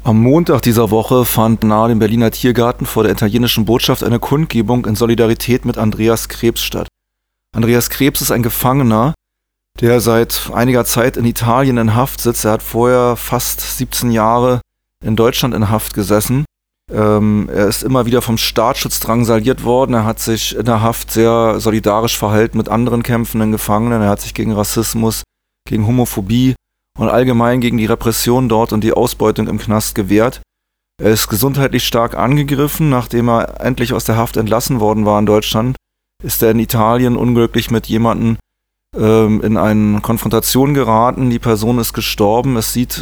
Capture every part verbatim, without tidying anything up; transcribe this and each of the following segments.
Am Montag dieser Woche fand nahe dem Berliner Tiergarten vor der italienischen Botschaft eine Kundgebung in Solidarität mit Andreas Krebs statt. Andreas Krebs ist ein Gefangener, der seit einiger Zeit in Italien in Haft sitzt. Er hat vorher fast siebzehn Jahre in Deutschland in Haft gesessen. Ähm, er ist immer wieder vom Staatsschutz drangsaliert worden. Er hat sich in der Haft sehr solidarisch verhalten mit anderen kämpfenden Gefangenen. Er hat sich gegen Rassismus, gegen Homophobie und allgemein gegen die Repression dort und die Ausbeutung im Knast gewehrt. Er ist gesundheitlich stark angegriffen. Nachdem er endlich aus der Haft entlassen worden war in Deutschland, ist er in Italien unglücklich mit jemandem ähm, in eine Konfrontation geraten. Die Person ist gestorben. Es sieht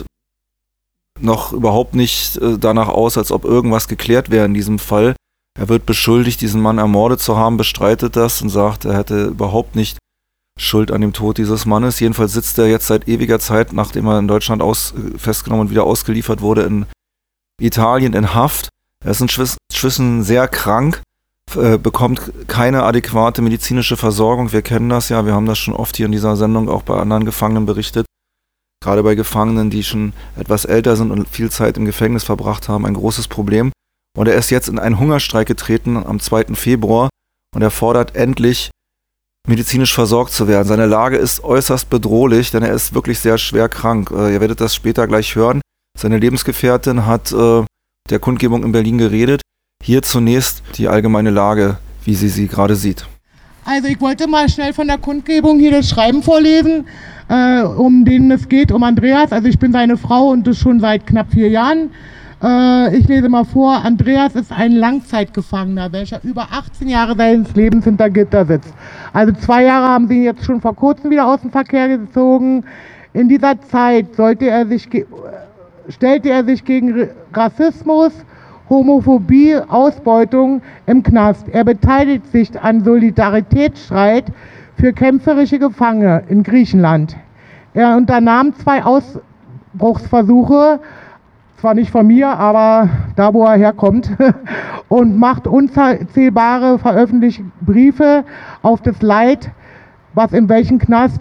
noch überhaupt nicht äh, danach aus, als ob irgendwas geklärt wäre in diesem Fall. Er wird beschuldigt, diesen Mann ermordet zu haben, bestreitet das und sagt, er hätte überhaupt nicht Schuld an dem Tod dieses Mannes. Jedenfalls sitzt er jetzt seit ewiger Zeit, nachdem er in Deutschland aus, festgenommen und wieder ausgeliefert wurde, in Italien in Haft. Er ist inzwischen sehr krank, äh, bekommt keine adäquate medizinische Versorgung. Wir kennen das ja, wir haben das schon oft hier in dieser Sendung auch bei anderen Gefangenen berichtet. Gerade bei Gefangenen, die schon etwas älter sind und viel Zeit im Gefängnis verbracht haben, ein großes Problem. Und er ist jetzt in einen Hungerstreik getreten am zweiten Februar und er fordert endlich, medizinisch versorgt zu werden. Seine Lage ist äußerst bedrohlich, denn er ist wirklich sehr schwer krank. Äh, ihr werdet das später gleich hören. Seine Lebensgefährtin hat äh, der Kundgebung in Berlin geredet. Hier zunächst die allgemeine Lage, wie sie sie gerade sieht. Also ich wollte mal schnell von der Kundgebung hier das Schreiben vorlesen, äh, um den es geht, um Andreas. Also ich bin seine Frau und das schon seit knapp vier Jahren. Äh, ich lese mal vor, Andreas ist ein Langzeitgefangener, welcher über achtzehn Jahre seines Lebens hinter Gitter sitzt. Also zwei Jahre haben sie ihn jetzt schon vor kurzem wieder aus dem Verkehr gezogen. In dieser Zeit sollte er sich ge- stellte er sich gegen Rassismus, Homophobie, Ausbeutung im Knast. Er beteiligt sich an Solidaritätsstreit für kämpferische Gefangene in Griechenland. Er unternahm zwei Ausbruchsversuche, zwar nicht von mir, aber da, wo er herkommt, und macht unzählbare veröffentlichte Briefe auf das Leid, was in welchem Knast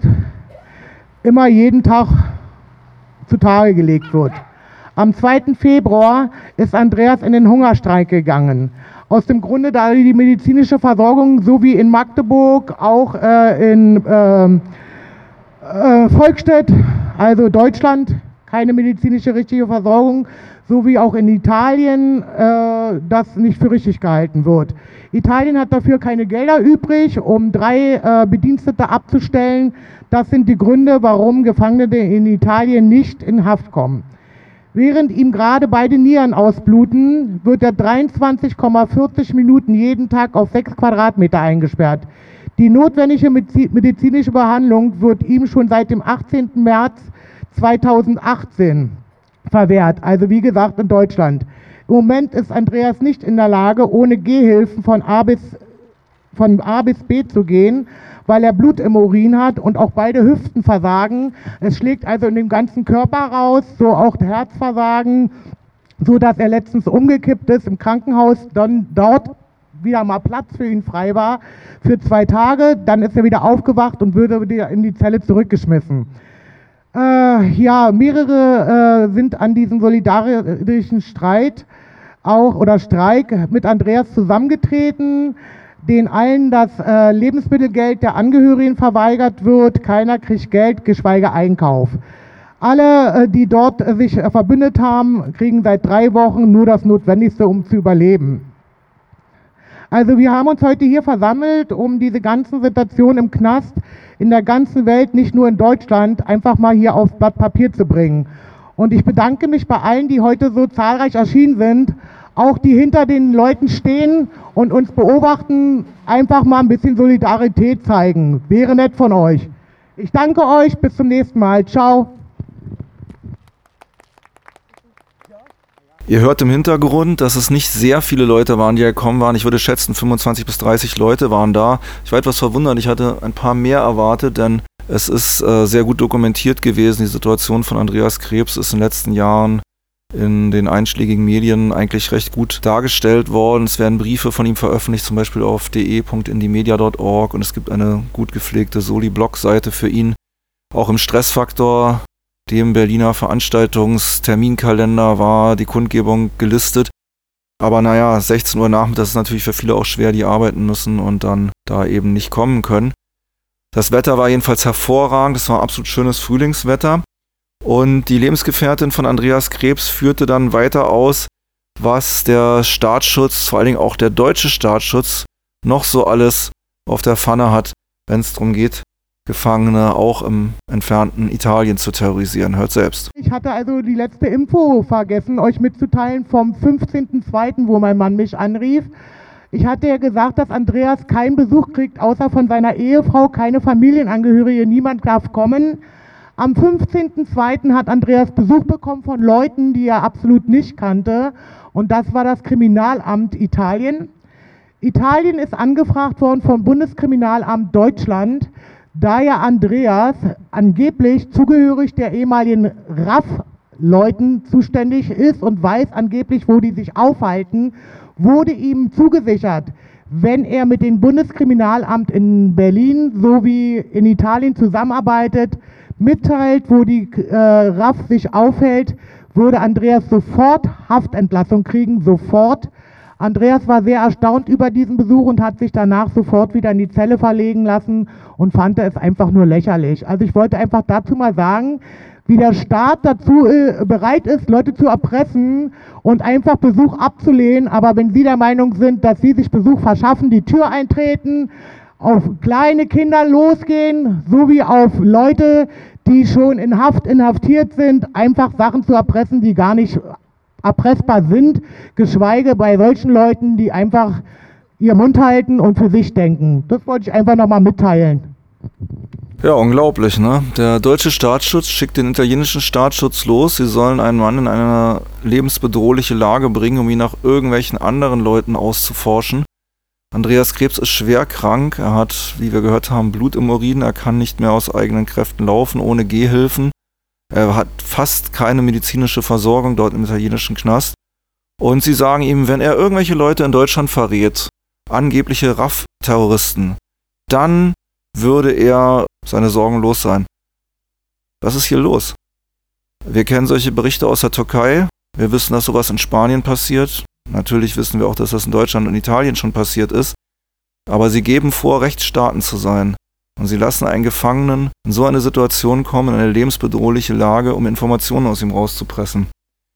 immer jeden Tag zutage gelegt wird. Am zweiten Februar ist Andreas in den Hungerstreik gegangen. Aus dem Grunde, da die medizinische Versorgung so wie in Magdeburg, auch äh, in äh, äh, Volkstedt, also Deutschland, keine medizinische richtige Versorgung, so wie auch in Italien äh, das nicht für richtig gehalten wird. Italien hat dafür keine Gelder übrig, um drei äh, Bedienstete abzustellen. Das sind die Gründe, warum Gefangene in Italien nicht in Haft kommen. Während ihm gerade beide Nieren ausbluten, wird er dreiundzwanzig Komma vierzig Minuten jeden Tag auf sechs Quadratmeter eingesperrt. Die notwendige medizinische Behandlung wird ihm schon seit dem achtzehnten März zweitausendachtzehn verwehrt, also wie gesagt in Deutschland. Im Moment ist Andreas nicht in der Lage, ohne Gehhilfen von A bis, von A bis B zu gehen, weil er Blut im Urin hat und auch beide Hüften versagen. Es schlägt also in dem ganzen Körper raus, so auch das Herzversagen, so dass er letztens umgekippt ist im Krankenhaus, dann dort wieder mal Platz für ihn frei war für zwei Tage, dann ist er wieder aufgewacht und würde wieder in die Zelle zurückgeschmissen. Äh, ja, mehrere äh, sind an diesem solidarischen Streit auch oder Streik mit Andreas zusammengetreten, denen allen das äh, Lebensmittelgeld der Angehörigen verweigert wird. Keiner kriegt Geld, geschweige Einkauf. Alle, äh, die dort äh, sich äh, verbündet haben, kriegen seit drei Wochen nur das Notwendigste, um zu überleben. Also wir haben uns heute hier versammelt, um diese ganzen Situationen im Knast in der ganzen Welt, nicht nur in Deutschland, einfach mal hier aufs Blatt Papier zu bringen. Und ich bedanke mich bei allen, die heute so zahlreich erschienen sind, auch die hinter den Leuten stehen und uns beobachten, einfach mal ein bisschen Solidarität zeigen. Wäre nett von euch. Ich danke euch, bis zum nächsten Mal. Ciao. Ihr hört im Hintergrund, dass es nicht sehr viele Leute waren, die gekommen waren. Ich würde schätzen, fünfundzwanzig bis dreißig Leute waren da. Ich war etwas verwundert, ich hatte ein paar mehr erwartet, denn es ist äh, sehr gut dokumentiert gewesen. Die Situation von Andreas Krebs ist in den letzten Jahren in den einschlägigen Medien eigentlich recht gut dargestellt worden. Es werden Briefe von ihm veröffentlicht, zum Beispiel auf de punkt indimedia punkt org, und es gibt eine gut gepflegte Soli-Blog-Seite für ihn. Auch im Stressfaktor dem Berliner Veranstaltungsterminkalender war die Kundgebung gelistet. Aber naja, sechzehn Uhr nachmittags ist natürlich für viele auch schwer, die arbeiten müssen und dann da eben nicht kommen können. Das Wetter war jedenfalls hervorragend, es war absolut schönes Frühlingswetter. Und die Lebensgefährtin von Andreas Krebs führte dann weiter aus, was der Staatsschutz, vor allen Dingen auch der deutsche Staatsschutz, noch so alles auf der Pfanne hat, wenn es darum geht, Gefangene auch im entfernten Italien zu terrorisieren. Hört selbst. Ich hatte also die letzte Info vergessen, euch mitzuteilen vom fünfzehnten zweiten, wo mein Mann mich anrief. Ich hatte ja gesagt, dass Andreas keinen Besuch kriegt, außer von seiner Ehefrau, keine Familienangehörige, niemand darf kommen. Am fünfzehnten zweiten hat Andreas Besuch bekommen von Leuten, die er absolut nicht kannte. Und das war das Kriminalamt Italien. Italien ist angefragt worden vom Bundeskriminalamt Deutschland, da ja Andreas angeblich zugehörig der ehemaligen R A F-Leuten zuständig ist und weiß angeblich, wo die sich aufhalten, wurde ihm zugesichert, wenn er mit dem Bundeskriminalamt in Berlin sowie in Italien zusammenarbeitet, mitteilt, wo die äh, R A F sich aufhält, würde Andreas sofort Haftentlassung kriegen, sofort. Andreas war sehr erstaunt über diesen Besuch und hat sich danach sofort wieder in die Zelle verlegen lassen und fand es einfach nur lächerlich. Also ich wollte einfach dazu mal sagen, wie der Staat dazu äh, bereit ist, Leute zu erpressen und einfach Besuch abzulehnen. Aber wenn Sie der Meinung sind, dass Sie sich Besuch verschaffen, die Tür eintreten, auf kleine Kinder losgehen, sowie auf Leute, die schon in Haft inhaftiert sind, einfach Sachen zu erpressen, die gar nicht erpressbar sind, geschweige bei solchen Leuten, die einfach ihren Mund halten und für sich denken. Das wollte ich einfach nochmal mitteilen. Ja, unglaublich, ne? Der deutsche Staatsschutz schickt den italienischen Staatsschutz los. Sie sollen einen Mann in eine lebensbedrohliche Lage bringen, um ihn nach irgendwelchen anderen Leuten auszuforschen. Andreas Krebs ist schwer krank. Er hat, wie wir gehört haben, Blut im Urin. Er kann nicht mehr aus eigenen Kräften laufen, ohne Gehhilfen. Er hat fast keine medizinische Versorgung dort im italienischen Knast. Und sie sagen ihm, wenn er irgendwelche Leute in Deutschland verrät, angebliche R A F-Terroristen, dann würde er seine Sorgen los sein. Was ist hier los? Wir kennen solche Berichte aus der Türkei. Wir wissen, dass sowas in Spanien passiert. Natürlich wissen wir auch, dass das in Deutschland und Italien schon passiert ist. Aber sie geben vor, Rechtsstaaten zu sein. Und sie lassen einen Gefangenen in so eine Situation kommen, in eine lebensbedrohliche Lage, um Informationen aus ihm rauszupressen.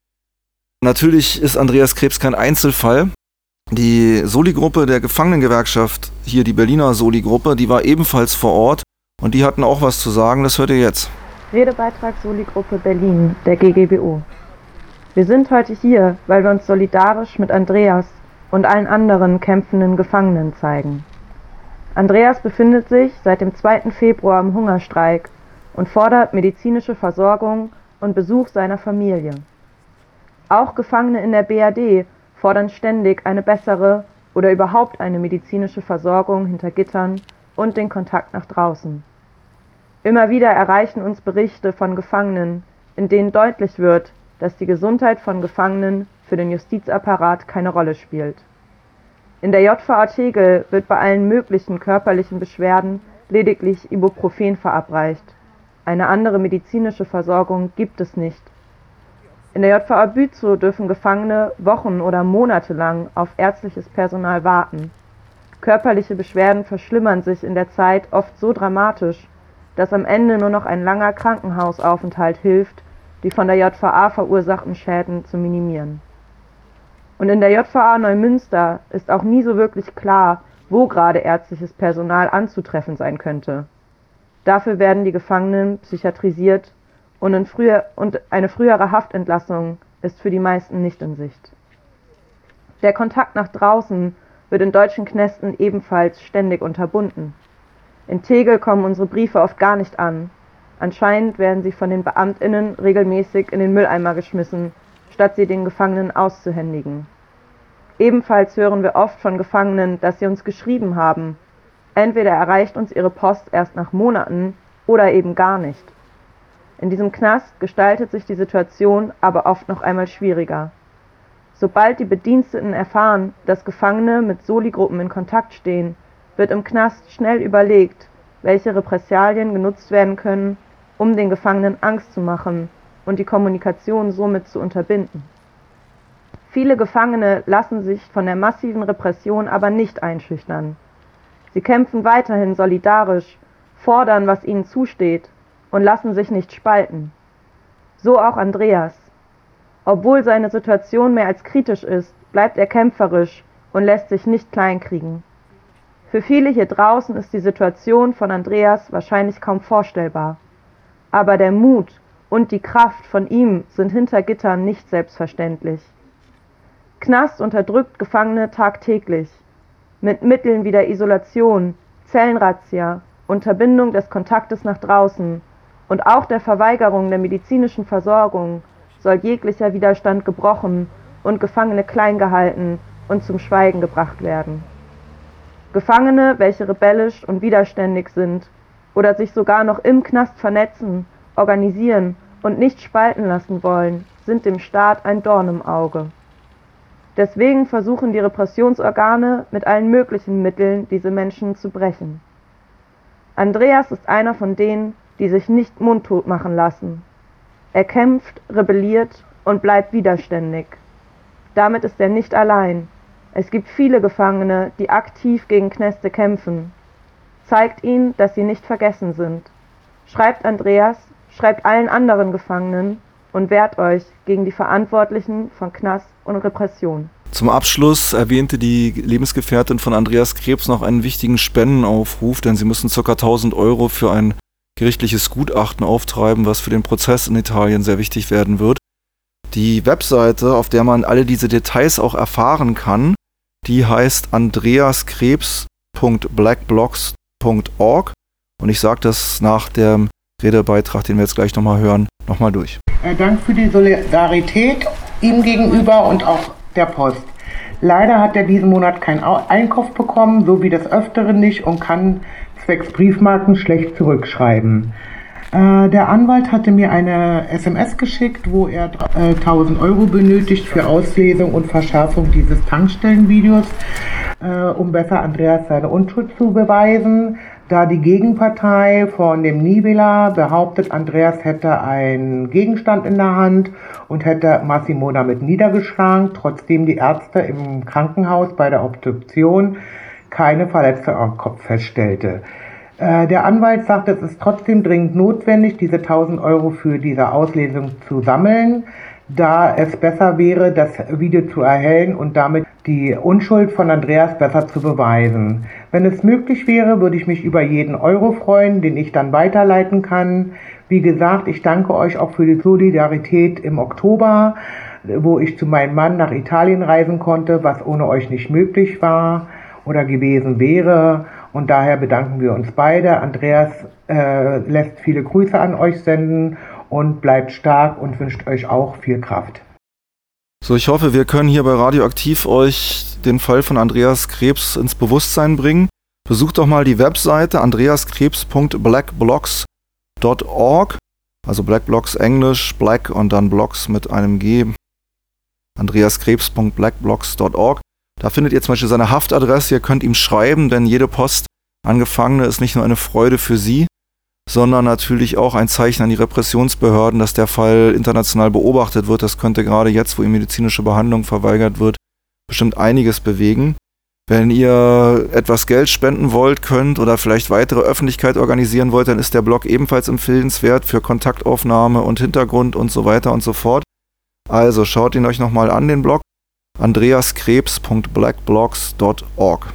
Natürlich ist Andreas Krebs kein Einzelfall. Die Soli-Gruppe der Gefangenengewerkschaft, hier die Berliner Soli-Gruppe, die war ebenfalls vor Ort und die hatten auch was zu sagen, das hört ihr jetzt. Redebeitrag Soli-Gruppe Berlin, der G G B O. Wir sind heute hier, weil wir uns solidarisch mit Andreas und allen anderen kämpfenden Gefangenen zeigen. Andreas befindet sich seit dem zweiten Februar im Hungerstreik und fordert medizinische Versorgung und Besuch seiner Familie. Auch Gefangene in der B R D fordern ständig eine bessere oder überhaupt eine medizinische Versorgung hinter Gittern und den Kontakt nach draußen. Immer wieder erreichen uns Berichte von Gefangenen, in denen deutlich wird, dass die Gesundheit von Gefangenen für den Justizapparat keine Rolle spielt. In der J V A Tegel wird bei allen möglichen körperlichen Beschwerden lediglich Ibuprofen verabreicht. Eine andere medizinische Versorgung gibt es nicht. In der J V A Bützow dürfen Gefangene Wochen oder Monate lang auf ärztliches Personal warten. Körperliche Beschwerden verschlimmern sich in der Zeit oft so dramatisch, dass am Ende nur noch ein langer Krankenhausaufenthalt hilft, die von der J V A verursachten Schäden zu minimieren. Und in der J V A Neumünster ist auch nie so wirklich klar, wo gerade ärztliches Personal anzutreffen sein könnte. Dafür werden die Gefangenen psychiatrisiert und, in früher, und eine frühere Haftentlassung ist für die meisten nicht in Sicht. Der Kontakt nach draußen wird in deutschen Knästen ebenfalls ständig unterbunden. In Tegel kommen unsere Briefe oft gar nicht an. Anscheinend werden sie von den BeamtInnen regelmäßig in den Mülleimer geschmissen, statt sie den Gefangenen auszuhändigen. Ebenfalls hören wir oft von Gefangenen, dass sie uns geschrieben haben. Entweder erreicht uns ihre Post erst nach Monaten oder eben gar nicht. In diesem Knast gestaltet sich die Situation aber oft noch einmal schwieriger. Sobald die Bediensteten erfahren, dass Gefangene mit Soli-Gruppen in Kontakt stehen, wird im Knast schnell überlegt, welche Repressalien genutzt werden können, um den Gefangenen Angst zu machen und die Kommunikation somit zu unterbinden. Viele Gefangene lassen sich von der massiven Repression aber nicht einschüchtern. Sie kämpfen weiterhin solidarisch, fordern, was ihnen zusteht und lassen sich nicht spalten. So auch Andreas. Obwohl seine Situation mehr als kritisch ist, bleibt er kämpferisch und lässt sich nicht kleinkriegen. Für viele hier draußen ist die Situation von Andreas wahrscheinlich kaum vorstellbar. Aber der Mut und die Kraft von ihm sind hinter Gittern nicht selbstverständlich. Knast unterdrückt Gefangene tagtäglich. Mit Mitteln wie der Isolation, Zellenrazzia, Unterbindung des Kontaktes nach draußen und auch der Verweigerung der medizinischen Versorgung soll jeglicher Widerstand gebrochen und Gefangene klein gehalten und zum Schweigen gebracht werden. Gefangene, welche rebellisch und widerständig sind oder sich sogar noch im Knast vernetzen, organisieren und nicht spalten lassen wollen, sind dem Staat ein Dorn im Auge. Deswegen versuchen die Repressionsorgane mit allen möglichen Mitteln, diese Menschen zu brechen. Andreas ist einer von denen, die sich nicht mundtot machen lassen. Er kämpft, rebelliert und bleibt widerständig. Damit ist er nicht allein. Es gibt viele Gefangene, die aktiv gegen Kneste kämpfen. Zeigt ihnen, dass sie nicht vergessen sind. Schreibt Andreas, schreibt allen anderen Gefangenen und wehrt euch gegen die Verantwortlichen von Knast und Repression. Zum Abschluss erwähnte die Lebensgefährtin von Andreas Krebs noch einen wichtigen Spendenaufruf, denn sie müssen ca. tausend Euro für ein gerichtliches Gutachten auftreiben, was für den Prozess in Italien sehr wichtig werden wird. Die Webseite, auf der man alle diese Details auch erfahren kann, die heißt andreaskrebs punkt blackblocks punkt org und ich sage das nach dem Redebeitrag, den wir jetzt gleich nochmal hören, nochmal durch. Er dankt für die Solidarität ihm gegenüber und auch der Post. Leider hat er diesen Monat keinen Einkauf bekommen, so wie des Öfteren nicht, und kann zwecks Briefmarken schlecht zurückschreiben. Äh, der Anwalt hatte mir eine S M S geschickt, wo er äh, tausend Euro benötigt für Auslesung und Verschärfung dieses Tankstellenvideos, äh, um besser Andreas seine Unschuld zu beweisen. Da die Gegenpartei von dem Nivela behauptet, Andreas hätte einen Gegenstand in der Hand und hätte Massimo damit niedergeschlagen, trotzdem die Ärzte im Krankenhaus bei der Obduktion keine Verletzung am Kopf feststellte. Äh, der Anwalt sagt, es ist trotzdem dringend notwendig, diese tausend Euro für diese Auslesung zu sammeln, da es besser wäre, das Video zu erhellen und damit die Unschuld von Andreas besser zu beweisen. Wenn es möglich wäre, würde ich mich über jeden Euro freuen, den ich dann weiterleiten kann. Wie gesagt, ich danke euch auch für die Solidarität im Oktober, wo ich zu meinem Mann nach Italien reisen konnte, was ohne euch nicht möglich war oder gewesen wäre. Und daher bedanken wir uns beide. Andreas äh, lässt viele Grüße an euch senden und bleibt stark und wünscht euch auch viel Kraft. So, ich hoffe, wir können hier bei Radioaktiv euch den Fall von Andreas Krebs ins Bewusstsein bringen. Besucht doch mal die Webseite andreaskrebs punkt blackblocks punkt org, also Blackblocks Englisch, Black und dann Blocks mit einem G, andreaskrebs punkt blackblocks punkt org. Da findet ihr zum Beispiel seine Haftadresse, ihr könnt ihm schreiben, denn jede Post an Gefangene ist nicht nur eine Freude für sie, sondern natürlich auch ein Zeichen an die Repressionsbehörden, dass der Fall international beobachtet wird. Das könnte gerade jetzt, wo ihm medizinische Behandlung verweigert wird, bestimmt einiges bewegen. Wenn ihr etwas Geld spenden wollt, könnt oder vielleicht weitere Öffentlichkeit organisieren wollt, dann ist der Blog ebenfalls empfehlenswert für Kontaktaufnahme und Hintergrund und so weiter und so fort. Also schaut ihn euch nochmal an, den Blog andreaskrebs punkt blackblocks punkt org.